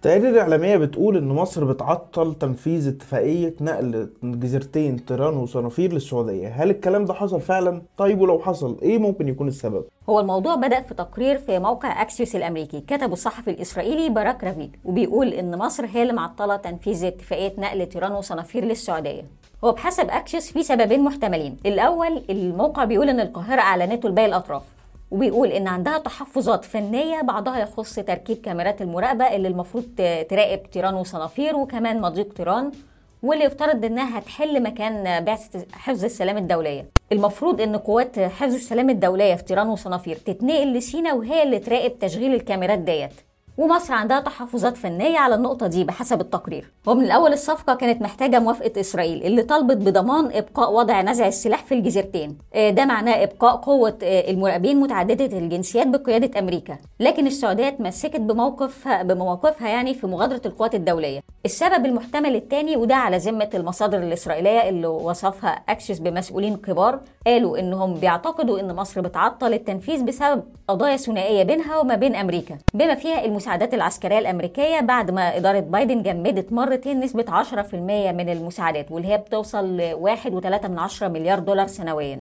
التقارير الإعلامية بتقول إن مصر بتعطل تنفيذ اتفاقية نقل جزيرتين طيران وصنافير للسعودية. هل الكلام ده حصل فعلا؟ طيب ولو حصل إيه ممكن يكون السبب؟ هو الموضوع بدأ في تقرير في موقع أكسيوس الأمريكي كتبه الصحفي الإسرائيلي باراك رافيد، وبيقول إن مصر هي اللي معطلة تنفيذ اتفاقية نقل طيران وصنافير للسعودية. هو بحسب أكسيوس في سببين محتملين. الأول، الموقع بيقول إن القاهرة أعلنته لباقي الأطراف، وبيقول إن عندها تحفظات فنية بعضها يخص تركيب كاميرات المراقبة اللي المفروض تراقب طيران وصنافير وكمان مضيق طيران، واللي يفترض انها هتحل مكان بعثة حفظ السلام الدولية. المفروض ان قوات حفظ السلام الدولية في طيران وصنافير تتنقل لسينا وهي اللي تراقب تشغيل الكاميرات ديت، ومصر عندها تحفظات فنية على النقطة دي بحسب التقرير. ومن الأول الصفقة كانت محتاجة موافقة إسرائيل اللي طلبت بضمان إبقاء وضع نزع السلاح في الجزيرتين. ده معناه إبقاء قوة المراقبين متعددة الجنسيات بقيادة أمريكا، لكن السعودية تمسكت بمواقفها يعني في مغادرة القوات الدولية. السبب المحتمل الثاني، وده على ذمة المصادر الإسرائيلية اللي وصفها أكسيوس بمسؤولين كبار، قالوا إنهم بيعتقدوا إن مصر بتعطل التنفيذ بسبب قضايا ثنائية بينها وما بين أمريكا، بما فيها المساعدات العسكرية الأمريكية بعد ما إدارة بايدن جمدت مرتين نسبة 10% من المساعدات، واللي هي بتوصل ل1.3 مليار دولار سنويا.